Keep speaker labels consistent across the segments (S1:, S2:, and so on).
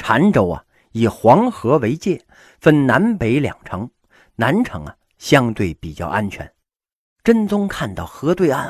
S1: 澶州啊，以黄河为界，分南北两城，南城啊相对比较安全。真宗看到河对岸，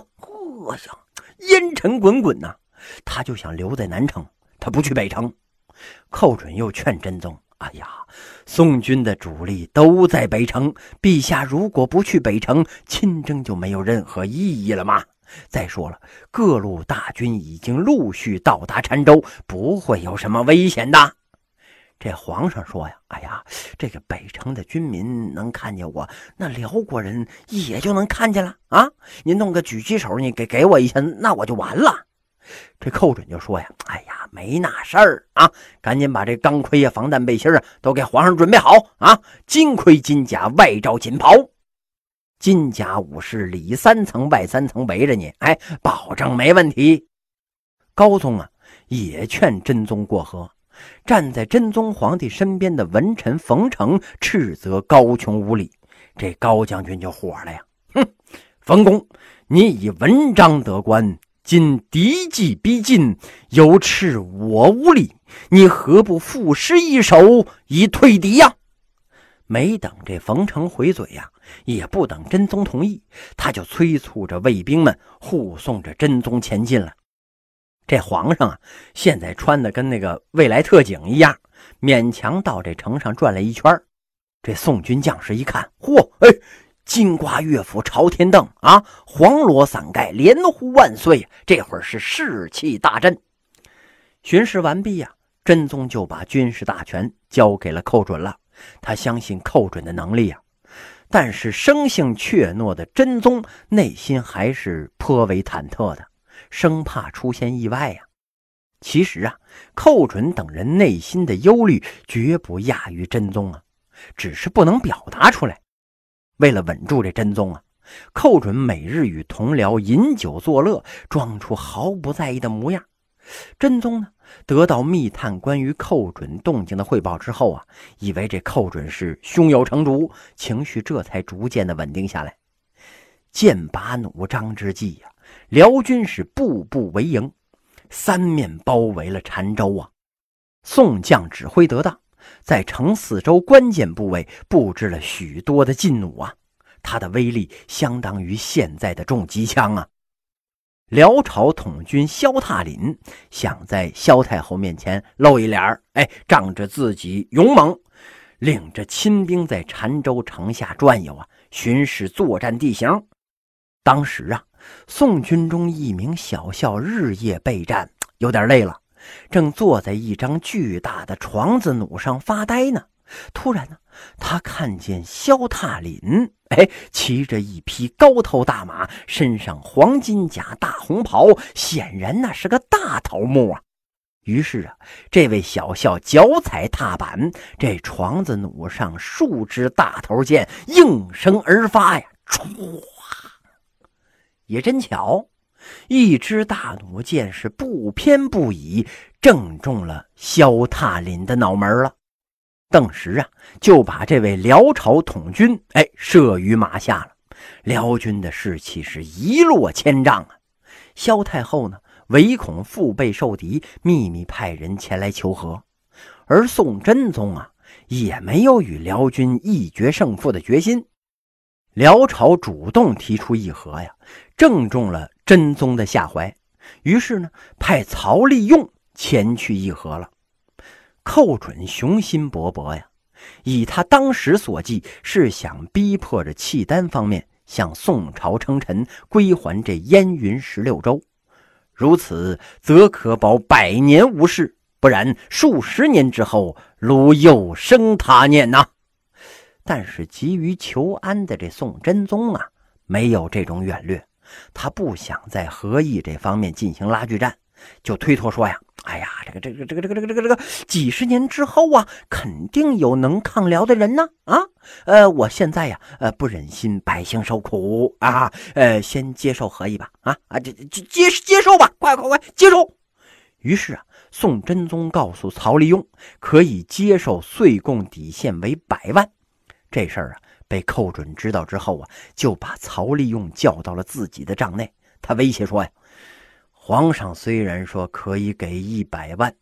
S1: 烟尘滚滚呐，他就想留在南城，他不去北城。寇准又劝真宗，哎呀，宋军的主力都在北城，陛下如果不去北城，亲征就没有任何意义了吗？再说了，各路大军已经陆续到达澶州，不会有什么危险的。这皇上说呀，哎呀，这个北城的军民能看见我，那辽国人也就能看见了啊！你弄个狙击手，你给我一下，那我就完了。这寇准就说呀，哎呀，没那事儿啊，赶紧把这钢盔呀、防弹背心啊都给皇上准备好啊！金盔金甲，外罩锦袍，金甲武士里3层外3层围着你，哎，保证没问题。高宗啊也劝真宗过河。站在真宗皇帝身边的文臣冯承斥责高琼无礼，这高将军就火了呀，冯公，你以文章得官，今敌计逼近，有斥我无礼，你何不赋诗一首以退敌呀？没等这冯承回嘴呀，也不等真宗同意，他就催促着卫兵们护送着真宗前进了。这皇上啊，现在穿的跟那个未来特警一样，勉强到这城上转了一圈。这宋军将士一看，金瓜乐府朝天凳啊，黄罗伞盖，连呼万岁，这会儿是士气大振。巡视完毕呀，真宗就把军事大权交给了寇准了。他相信寇准的能力啊，但是生性怯懦的真宗内心还是颇为忐忑的，生怕出现意外呀。其实啊，寇准等人内心的忧虑绝不亚于真宗啊，只是不能表达出来。为了稳住这真宗啊，寇准每日与同僚饮酒作乐，装出毫不在意的模样。真宗呢，得到密探关于寇准动静的汇报之后啊，以为这寇准是胸有成竹，情绪这才逐渐的稳定下来。剑拔弩张之际啊，辽军是步步为营，三面包围了澶州啊。宋将指挥得当，在城四周关键部位布置了许多的劲弩啊，它的威力相当于现在的重机枪啊。辽朝统军萧踏林想在萧太后面前露一脸，仗着自己勇猛，领着亲兵在澶州城下转悠啊，巡视作战地形。当时啊，宋军中一名小校日夜备战，有点累了，正坐在一张巨大的床子弩上发呆呢。突然呢，他看见萧踏林骑着一匹高头大马，身上黄金甲大红袍，显然那是个大头目啊。于是啊，这位小校脚踩踏板，这床子弩上数支大头箭应声而发呀，唰！也真巧，一支大弩箭是不偏不倚，正中了萧踏林的脑门了。顿时啊，就把这位辽朝统军射于马下了。辽军的士气是一落千丈啊！萧太后呢，唯恐腹背受敌，秘密派人前来求和。而宋真宗啊，也没有与辽军一决胜负的决心。辽朝主动提出议和呀，正中了真宗的下怀。于是呢，派曹利用前去议和了。寇准雄心勃勃呀，以他当时所计，是想逼迫着契丹方面向宋朝称臣，归还这燕云16州。如此则可保百年无事，不然数十年之后，鲁又生他念呐。但是急于求安的这宋真宗啊，没有这种远虑，他不想在和议这方面进行拉锯战，就推脱说呀，这个几十年之后啊，肯定有能抗辽的人呢我现在呀不忍心百姓受苦啊，先接受和议吧接受吧，快接受。于是啊，宋真宗告诉曹利用，可以接受岁贡底线为100万。这事儿啊被寇准知道之后啊，就把曹利用叫到了自己的帐内，他威胁说呀，皇上虽然说可以给100万，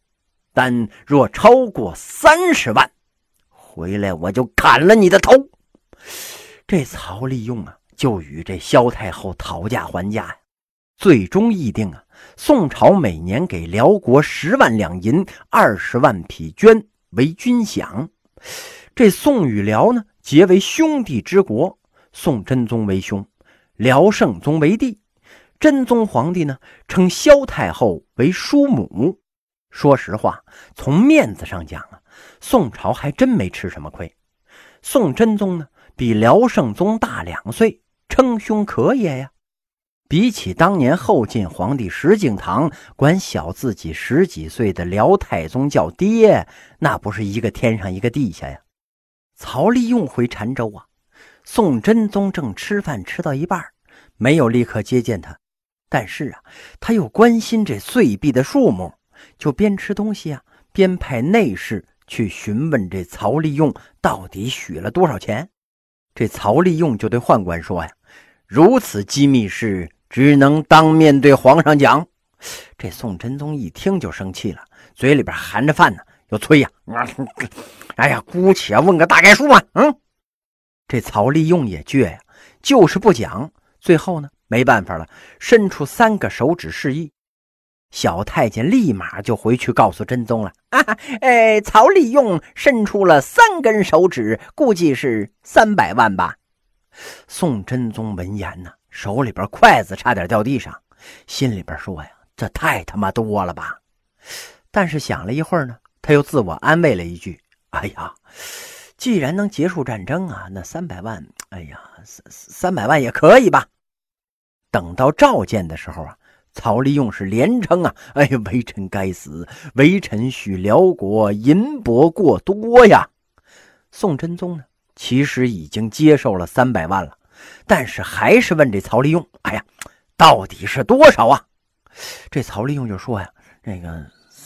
S1: 但若超过30万，回来我就砍了你的头。这曹利用啊，就与这萧太后讨价还价呀，最终议定啊，宋朝每年给辽国10万两银、20万匹绢为军饷。这宋与辽呢，结为兄弟之国，宋真宗为兄，辽圣宗为帝。真宗皇帝呢，称萧太后为叔母。说实话，从面子上讲啊，宋朝还真没吃什么亏。宋真宗呢，比辽圣宗大2岁，称兄可也呀。比起当年后晋皇帝石敬瑭管小自己10几岁的辽太宗叫爹，那不是一个天上一个地下呀。曹利用回澶州啊，宋真宗正吃饭吃到一半，没有立刻接见他，但是啊，他又关心这岁币的数目，就边吃东西啊，边派内侍去询问这曹利用到底许了多少钱。这曹利用就对宦官说呀，如此机密事只能当面对皇上讲。这宋真宗一听就生气了，嘴里边含着饭呢，又催呀，哎呀，姑且问个大概数嘛。这曹利用也倔呀，就是不讲。最后呢，没办法了，伸出3个手指示意。小太监立马就回去告诉真宗了，曹利用伸出了3根手指，估计是300万吧。宋真宗闻言呢，手里边筷子差点掉地上，心里边说呀，这太他妈多了吧。但是想了一会儿呢，他又自我安慰了一句，哎呀，既然能结束战争啊，那300万，哎呀，300万也可以吧。等到召见的时候啊，曹利用是连称啊，哎呀，微臣该死，微臣许辽国银帛过多呀。宋真宗呢，其实已经接受了300万了，但是还是问这曹利用，哎呀，到底是多少啊？这曹利用就说呀，那个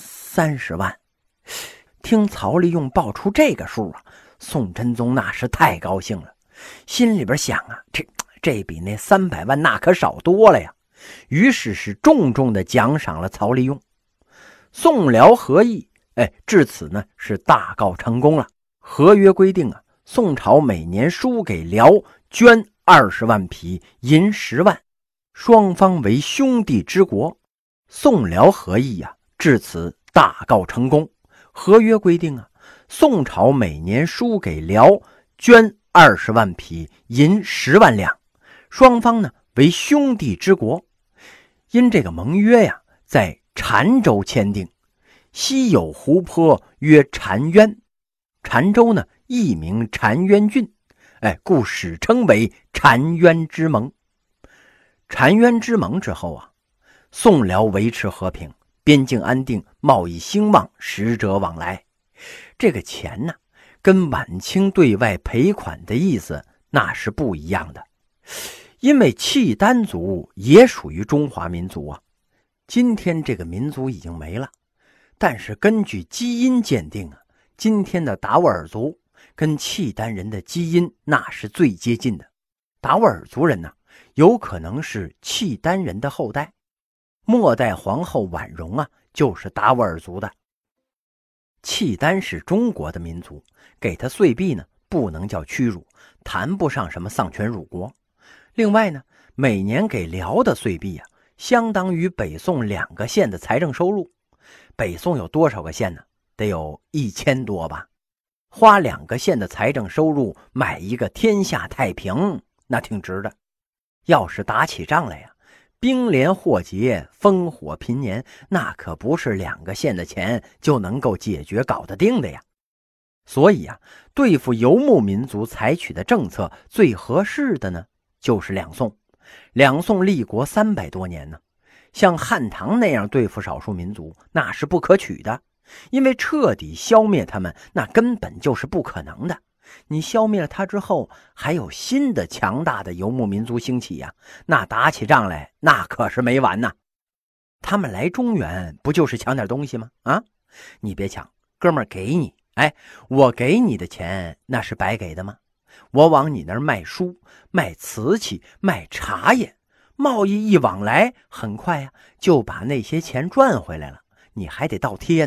S1: 30万。听曹利用报出这个数啊，宋真宗那是太高兴了，心里边想啊，这比那300万那可少多了呀。于是是重重的奖赏了曹利用。宋辽合议，至此呢是大告成功了。合约规定啊，宋朝每年输给辽绢20万匹，银10万，双方为兄弟之国。宋辽合议啊，至此大告成功。合约规定啊，宋朝每年输给辽绢20万匹，银10万两，双方呢为兄弟之国。因这个盟约呀，在澶州签订，西有湖泊曰澶渊，澶州呢亦名澶渊郡，故史称为澶渊之盟。澶渊之盟之后啊，宋辽维持和平，边境安定，贸易兴旺，使者往来。这个钱呢，跟晚清对外赔款的意思那是不一样的。因为契丹族也属于中华民族啊，今天这个民族已经没了，但是根据基因鉴定啊，今天的达斡尔族跟契丹人的基因那是最接近的。达斡尔族人呢，有可能是契丹人的后代。末代皇后婉容啊，就是达斡尔族的。契丹是中国的民族，给他岁币呢，不能叫屈辱，谈不上什么丧权辱国。另外呢，每年给辽的岁币啊，相当于北宋2个县的财政收入。北宋有多少个县呢？得有1000多吧。花2个县的财政收入买一个天下太平，那挺值的。要是打起仗来呀，兵连祸结，烽火频年，那可不是2个县的钱就能够解决搞得定的呀。所以啊，对付游牧民族采取的政策最合适的呢，就是两宋。两宋立国300多年呢，像汉唐那样对付少数民族那是不可取的，因为彻底消灭他们那根本就是不可能的。你消灭了他之后，还有新的强大的游牧民族兴起呀，那打起仗来那可是没完呐。他们来中原不就是抢点东西吗？你别抢，哥们儿给你，我给你的钱那是白给的吗？我往你那儿卖书，卖瓷器，卖茶叶，贸易一往来，很快就把那些钱赚回来了，你还得倒贴呢。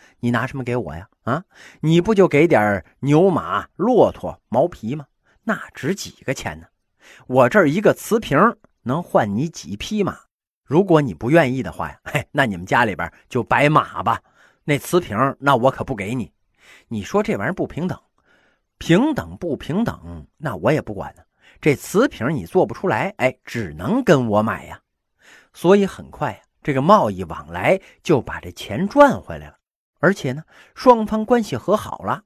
S1: 你拿什么给我呀？啊，你不就给点牛马骆驼毛皮吗？那值几个钱呢？我这儿一个瓷瓶能换你几匹马。如果你不愿意的话呀，那你们家里边就摆马吧。那瓷瓶那我可不给你。你说这玩意儿不平等，平等不平等那我也不管呢。这瓷瓶你做不出来，只能跟我买呀。所以很快呀，这个贸易往来就把这钱赚回来了。而且呢，双方关系和好了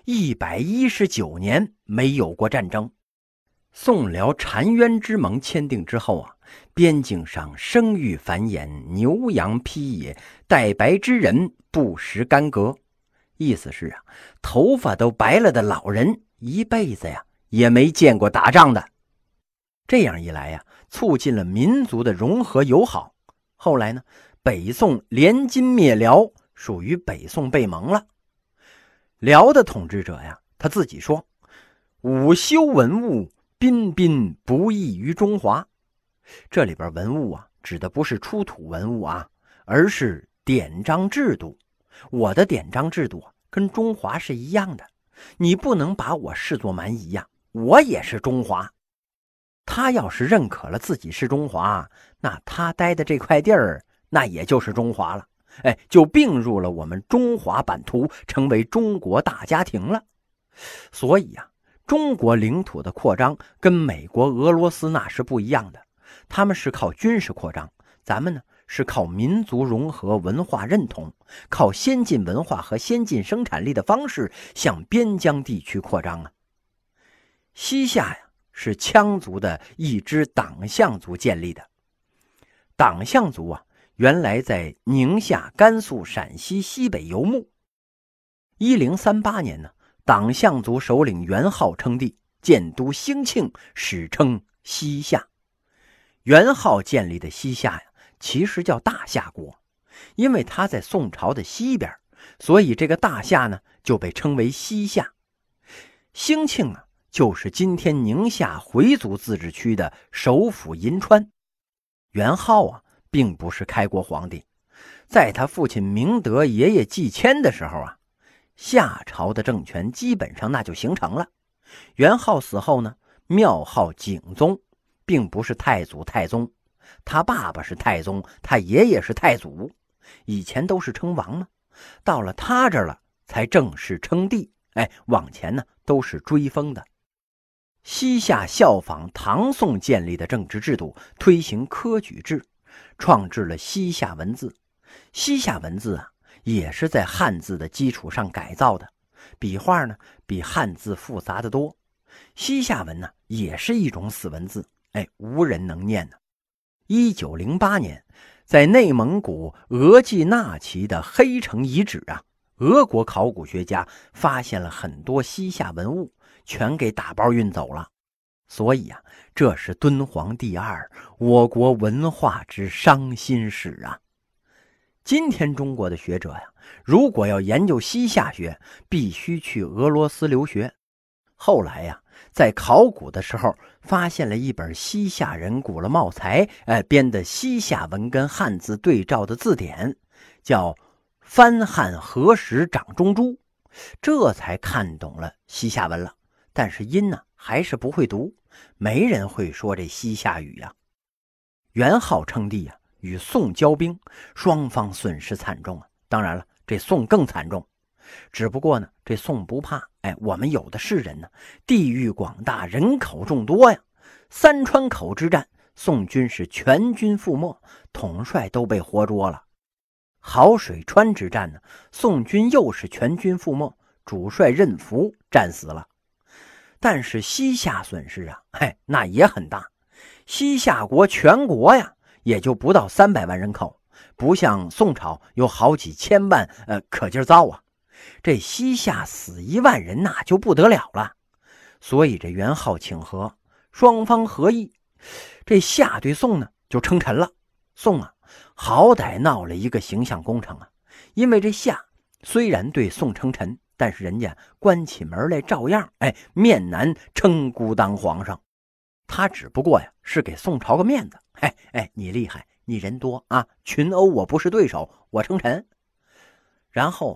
S1: ，119年没有过战争。宋辽澶渊之盟签订之后啊，边境上生育繁衍，牛羊披野，带白之人不食干戈。意思是啊，头发都白了的老人一辈子呀也没见过打仗的。这样一来呀，促进了民族的融合友好。后来呢，北宋联金灭辽，属于北宋被蒙了。辽的统治者呀，他自己说：“吾修文物，彬彬不异于中华。”这里边文物啊，指的不是出土文物啊，而是典章制度。我的典章制度跟中华是一样的，你不能把我视作蛮夷呀，我也是中华。他要是认可了自己是中华，那他待的这块地儿，那也就是中华了，就并入了我们中华版图，成为中国大家庭了。所以啊，中国领土的扩张跟美国、俄罗斯那是不一样的，他们是靠军事扩张，咱们呢是靠民族融合、文化认同，靠先进文化和先进生产力的方式向边疆地区扩张啊。西夏呀，是羌族的一支党项族建立的。党项族啊，原来在宁夏、甘肃、陕西西北游牧。1038年呢，党项族首领元昊称帝，建都兴庆，史称西夏。元昊建立的西夏呀，其实叫大夏国，因为它在宋朝的西边，所以这个大夏呢就被称为西夏。兴庆啊，就是今天宁夏回族自治区的首府银川。元昊啊，并不是开国皇帝，在他父亲明德爷爷继迁的时候啊，夏朝的政权基本上那就形成了。元昊死后呢，庙号景宗，并不是太祖太宗，他爸爸是太宗，他爷爷是太祖，以前都是称王嘛，到了他这儿了才正式称帝，往前呢都是追封的。西夏效仿唐宋建立的政治制度，推行科举制，创制了西夏文字。西夏文字啊，也是在汉字的基础上改造的，笔画呢比汉字复杂得多。西夏文呢也是一种死文字，无人能念呢。1908年，在内蒙古额济纳旗的黑城遗址啊，俄国考古学家发现了很多西夏文物，全给打包运走了。所以啊，这是敦煌第二，我国文化之伤心史啊。今天中国的学者呀，如果要研究西夏学，必须去俄罗斯留学。后来呀，在考古的时候发现了一本西夏人古了茂才编的西夏文跟汉字对照的字典，叫翻汉何时掌中珠，这才看懂了西夏文了。但是音呢还是不会读，没人会说这西夏语呀。元昊称帝啊，与宋交兵，双方损失惨重啊。当然了，这宋更惨重，只不过呢，这宋不怕，我们有的是人呢，地域广大，人口众多呀。三川口之战，宋军是全军覆没，统帅都被活捉了。好水川之战呢，宋军又是全军覆没，主帅任福战死了。但是西夏损失啊，那也很大。西夏国全国呀，也就不到300万人口，不像宋朝有好几千万可劲造啊。这西夏死1万人那就不得了了。所以这元昊请和，双方合议，这夏对宋呢就称臣了。宋啊，好歹闹了一个形象工程啊，因为这夏虽然对宋称臣，但是人家关起门来照样面南称孤当皇上。他只不过呀是给宋朝个面子，你厉害，你人多啊，群殴我不是对手，我称臣。然后啊，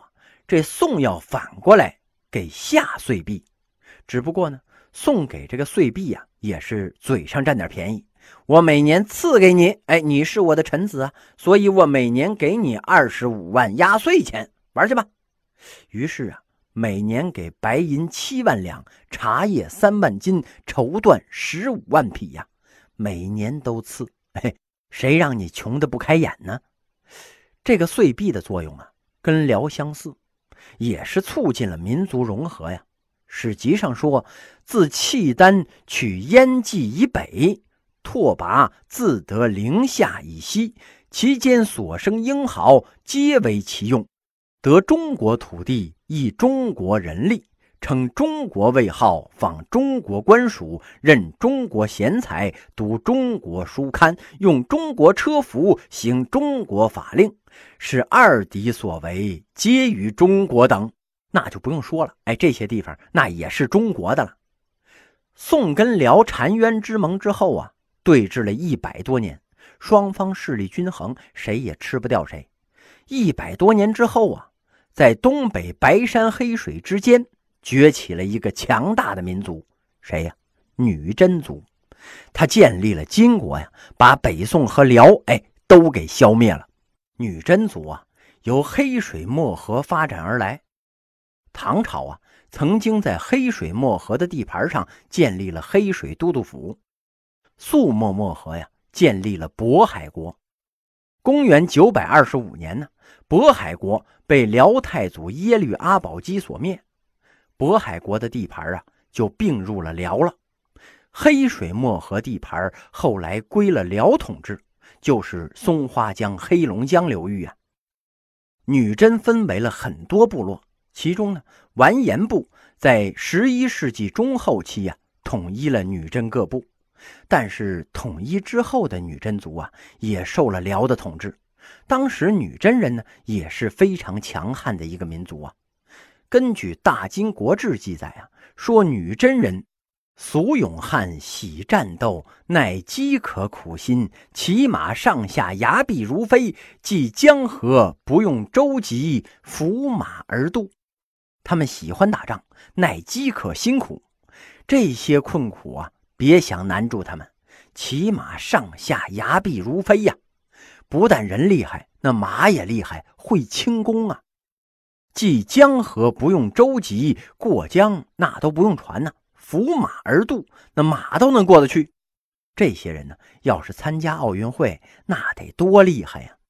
S1: 这宋要反过来给夏岁币。只不过呢，宋给这个岁币啊，也是嘴上占点便宜。我每年赐给你，你是我的臣子啊，所以我每年给你25万压岁钱，玩去吧。于是啊，每年给白银7万两，茶叶3万斤，绸缎15万匹呀，每年都赐。谁让你穷得不开眼呢？这个岁币的作用啊，跟辽相似，也是促进了民族融合呀。史籍上说，自契丹取燕蓟以北，拓跋自得陵夏以西，其间所生英豪，皆为其用。得中国土地，以中国人力，称中国为号，仿中国官署，任中国贤才，读中国书刊，用中国车服，行中国法令，是二敌所为，皆于中国等。那就不用说了，这些地方那也是中国的了。宋跟辽澶渊之盟之后啊，对峙了100多年，双方势力均衡，谁也吃不掉谁。100多年之后啊，在东北白山黑水之间崛起了一个强大的民族，谁呀？女真族。他建立了金国呀，把北宋和辽都给消灭了。女真族啊，由黑水漠河发展而来。唐朝啊，曾经在黑水漠河的地盘上建立了黑水都督府。肃漠漠河呀，建立了渤海国。公元925年呢，渤海国被辽太祖耶律阿保机所灭，渤海国的地盘啊就并入了辽了。黑水漠河地盘后来归了辽统治，就是松花江、黑龙江流域啊。女真分为了很多部落，其中呢，完颜部在11世纪中后期啊，统一了女真各部。但是统一之后的女真族啊，也受了辽的统治。当时女真人呢，也是非常强悍的一个民族啊。根据《大金国志》记载啊，说女真人俗勇悍，喜战斗，乃饥渴苦心，骑马上下，牙臂如飞，即江河不用舟楫，伏马而渡。他们喜欢打仗，耐饥渴辛苦，这些困苦啊，别想难住他们。骑马上下，牙臂如飞呀，不但人厉害，那马也厉害，会轻功啊。即江河不用舟楫，过江那都不用船呢，伏马而渡，那马都能过得去。这些人呢，要是参加奥运会，那得多厉害呀！